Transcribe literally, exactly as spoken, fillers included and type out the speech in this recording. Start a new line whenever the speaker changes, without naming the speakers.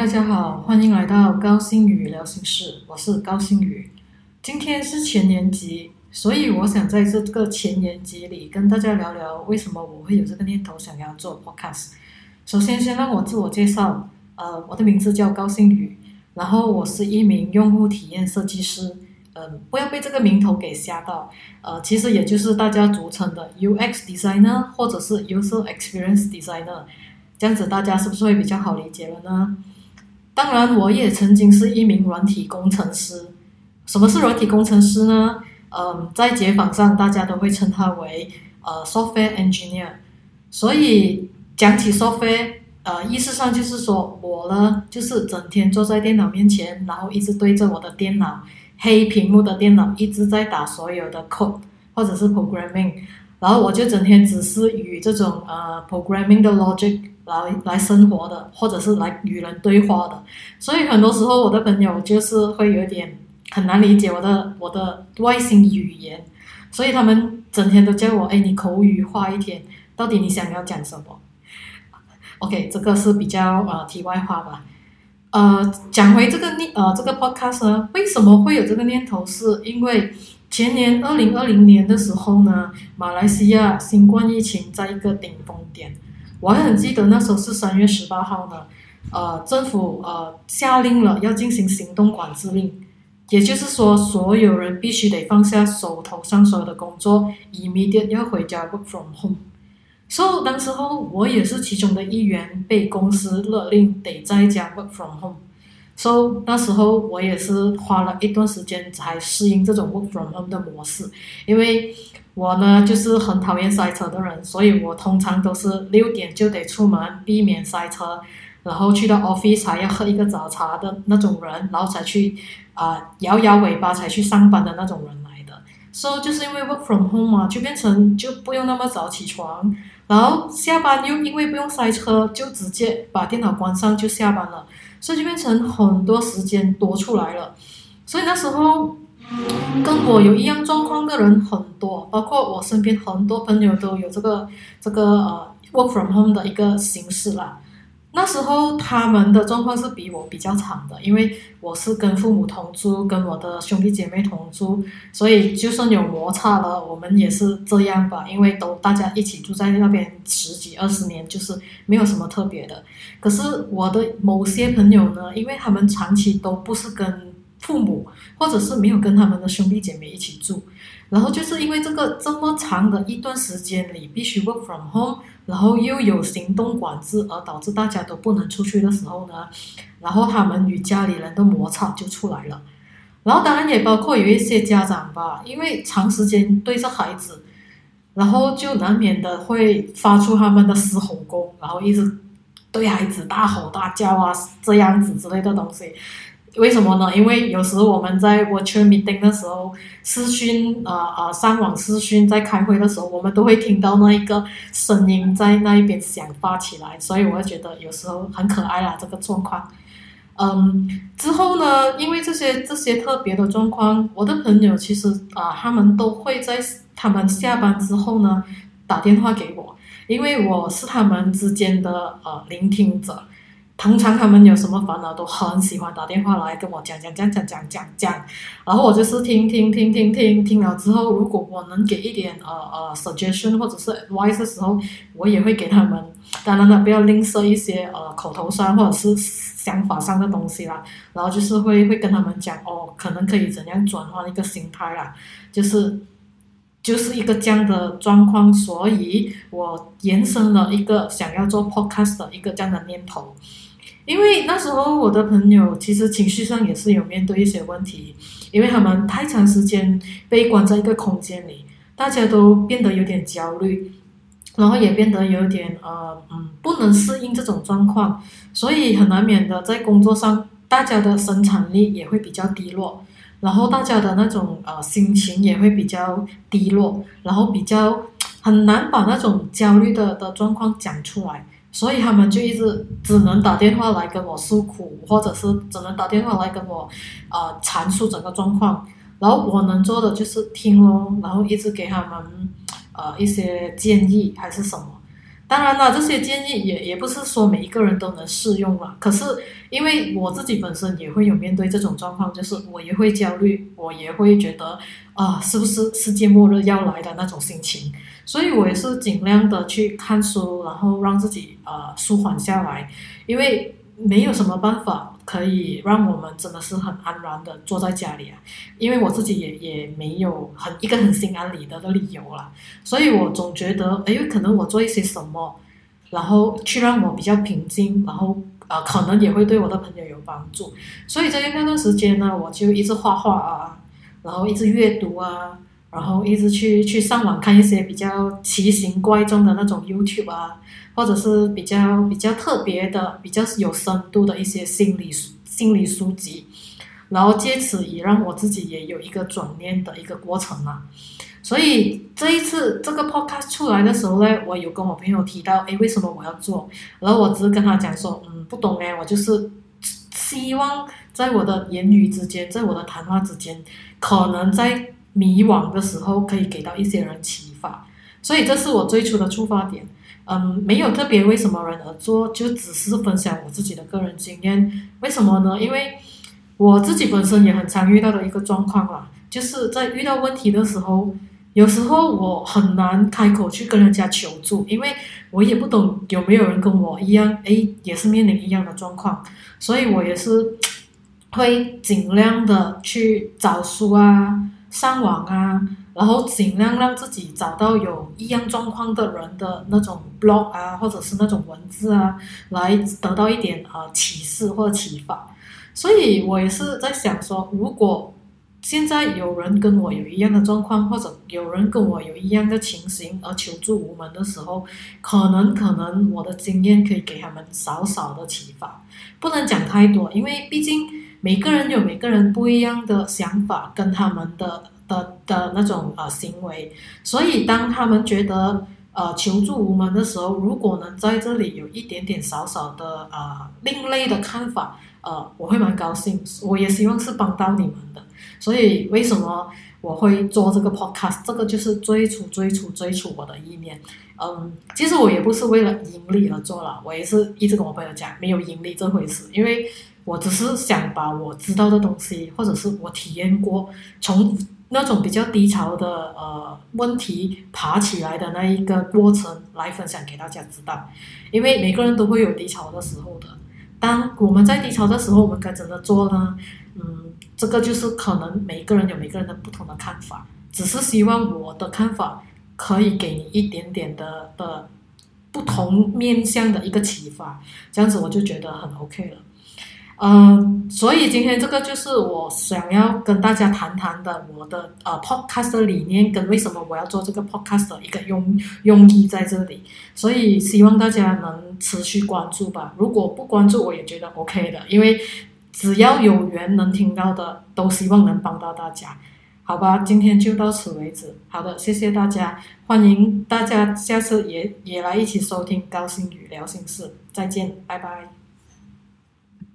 大家好，欢迎来到高星宇聊心事，我是高星宇。今天是前言集，所以我想在这个前言集里跟大家聊聊为什么我会有这个念头想要做 podcast。首先，先让我自我介绍，呃，我的名字叫高星宇，然后我是一名用户体验设计师。嗯，不要被这个名头给吓到，呃，其实也就是大家俗称的 U X designer 或者是 User Experience Designer， 这样子大家是不是会比较好理解了呢？当然，我也曾经是一名软体工程师。什么是软体工程师呢？嗯，在街坊上大家都会称它为呃 software engineer。所以讲起 software，呃，意思上就是说我呢，就是整天坐在电脑面前，然后一直对着我的电脑。黑屏幕的电脑一直在打所有的 code 或者是 programming， 然后我就整天只是与这种呃 programming 的 logic 来来生活的，或者是来与人对话的。所以很多时候我的朋友就是会有点很难理解我的我的外星语言，所以他们整天都叫我，哎，你口语化一点，到底你想要讲什么 ？OK， 这个是比较呃题外话吧。呃，讲回这个念呃这个 podcast 呢，为什么会有这个念头？是因为前年二零二零年的时候呢，马来西亚新冠疫情在一个顶峰点，我还很记得那时候是三月十八号呢，呃，政府呃下令了要进行行动管制令，也就是说所有人必须得放下手头上所有的工作 ，immediate 要回家 work from home。So 当时候我也是其中的一员，被公司勒令得在家 work from home。So 那时候我也是花了一段时间才适应这种 work from home 的模式，因为我呢就是很讨厌塞车的人，所以我通常都是六点就得出门，避免塞车，然后去到 office 还要喝一个早茶的那种人，然后才去啊、呃、摇摇尾巴才去上班的那种人来的。So 就是因为 work from home 嘛，就变成就不用那么早起床。然后下班又因为不用塞车，就直接把电脑关上就下班了，所以就变成很多时间多出来了。所以那时候跟我有一样状况的人很多，包括我身边很多朋友都有这个这个呃 work from home 的一个形式啦。那时候他们的状况是比我比较惨的，因为我是跟父母同住，跟我的兄弟姐妹同住，所以就算有摩擦了，我们也是这样吧，因为都大家一起住在那边十几二十年，就是没有什么特别的。可是我的某些朋友呢，因为他们长期都不是跟父母，或者是没有跟他们的兄弟姐妹一起住，然后就是因为这个这么长的一段时间里必须 work from home， 然后又有行动管制，而导致大家都不能出去的时候呢，然后他们与家里人的摩擦就出来了。然后当然也包括有一些家长吧，因为长时间对着孩子，然后就难免的会发出他们的嘶吼功，然后一直对孩子大吼大叫啊，这样子之类的东西。为什么呢？因为有时我们在 virtual meeting 的时候，视讯啊啊、呃、上网视讯在开会的时候，我们都会听到那一个声音在那一边响发起来，所以我会觉得有时候很可爱啦这个状况。嗯，之后呢，因为这些这些特别的状况，我的朋友其实啊、呃，他们都会在他们下班之后呢打电话给我，因为我是他们之间的呃聆听者。通常他们有什么烦恼都很喜欢打电话来跟我讲讲讲讲讲讲讲，然后我就是听听听听听听了之后，如果我能给一点呃呃 suggestion 或者是 advice 的时候，我也会给他们。当然了，不要吝啬一些呃口头上或者是想法上的东西啦，然后就是会会跟他们讲哦，可能可以怎样转换一个心态啦，就是就是一个这样的状况，所以我延伸了一个想要做 podcast 的一个这样的念头。因为那时候我的朋友其实情绪上也是有面对一些问题，因为他们太长时间被关在一个空间里，大家都变得有点焦虑，然后也变得有点呃嗯不能适应这种状况，所以很难免的在工作上大家的生产力也会比较低落，然后大家的那种呃心情也会比较低落，然后比较很难把那种焦虑的的状况讲出来。所以他们就一直只能打电话来跟我诉苦，或者是只能打电话来跟我呃阐述整个状况，然后我能做的就是听咯，然后一直给他们呃一些建议还是什么。 当然了，这些建议也也不是说每一个人都能适用了。可是因为我自己本身也会有面对这种状况，就是我也会焦虑，我也会觉得啊、呃，是不是世界末日要来的那种心情。所以我也是尽量的去看书，然后让自己呃舒缓下来，因为没有什么办法可以让我们真的是很安然的坐在家里啊，因为我自己也也没有很一个很心安理得的理由啦，所以我总觉得，哎，可能我做一些什么，然后去让我比较平静，然后呃，可能也会对我的朋友有帮助，所以在那段时间呢，我就一直画画啊，然后一直阅读啊。然后一直去去上网看一些比较奇形怪状的那种 YouTube 啊，或者是比较比较特别的、比较有深度的一些心理心理书籍，然后借此也让我自己也有一个转念的一个过程嘛。所以这一次这个 podcast 出来的时候呢，我有跟我朋友提到，诶，为什么我要做？然后我只是跟他讲说，嗯，不懂诶，我就是希望在我的言语之间，在我的谈话之间，可能在迷惘的时候可以给到一些人启发，所以这是我最初的出发点。嗯，没有特别为什么人而做，就只是分享我自己的个人经验。为什么呢？因为我自己本身也很常遇到的一个状况啦，就是在遇到问题的时候，有时候我很难开口去跟人家求助，因为我也不懂有没有人跟我一样，诶，也是面临一样的状况，所以我也是会尽量的去找书啊。上网啊，然后尽量让自己找到有一样状况的人的那种 blog 啊，或者是那种文字啊，来得到一点呃启示或者启发。所以我也是在想说，如果现在有人跟我有一样的状况，或者有人跟我有一样的情形而求助无门的时候，可能可能我的经验可以给他们少少的启发，不能讲太多，因为毕竟每个人有每个人不一样的想法跟他们的的的那种呃行为，所以当他们觉得呃求助无门的时候，如果能在这里有一点点少少的呃另类的看法，呃我会蛮高兴，我也希望是帮到你们的。所以为什么我会做这个 podcast？ 这个就是最初最初最初我的意念。嗯，其实我也不是为了盈利而做了，我也是一直跟我朋友讲，没有盈利这回事，因为我只是想把我知道的东西，或者是我体验过，从那种比较低潮的呃问题爬起来的那一个过程来分享给大家知道，因为每个人都会有低潮的时候的。当我们在低潮的时候，我们该怎么做呢？嗯，这个就是可能每个人有每个人的不同的看法，只是希望我的看法可以给你一点点的的不同面向的一个启发，这样子我就觉得很 OK 了。嗯，所以今天这个就是我想要跟大家谈谈的我的呃 podcast 的理念跟为什么我要做这个 podcast 的一个用用意在这里，所以希望大家能持续关注吧。如果不关注我也觉得 OK 的，因为只要有缘能听到的，都希望能帮到大家。好吧，今天就到此为止。好的，谢谢大家，欢迎大家下次也也来一起收听高星语聊心事。再见，拜拜。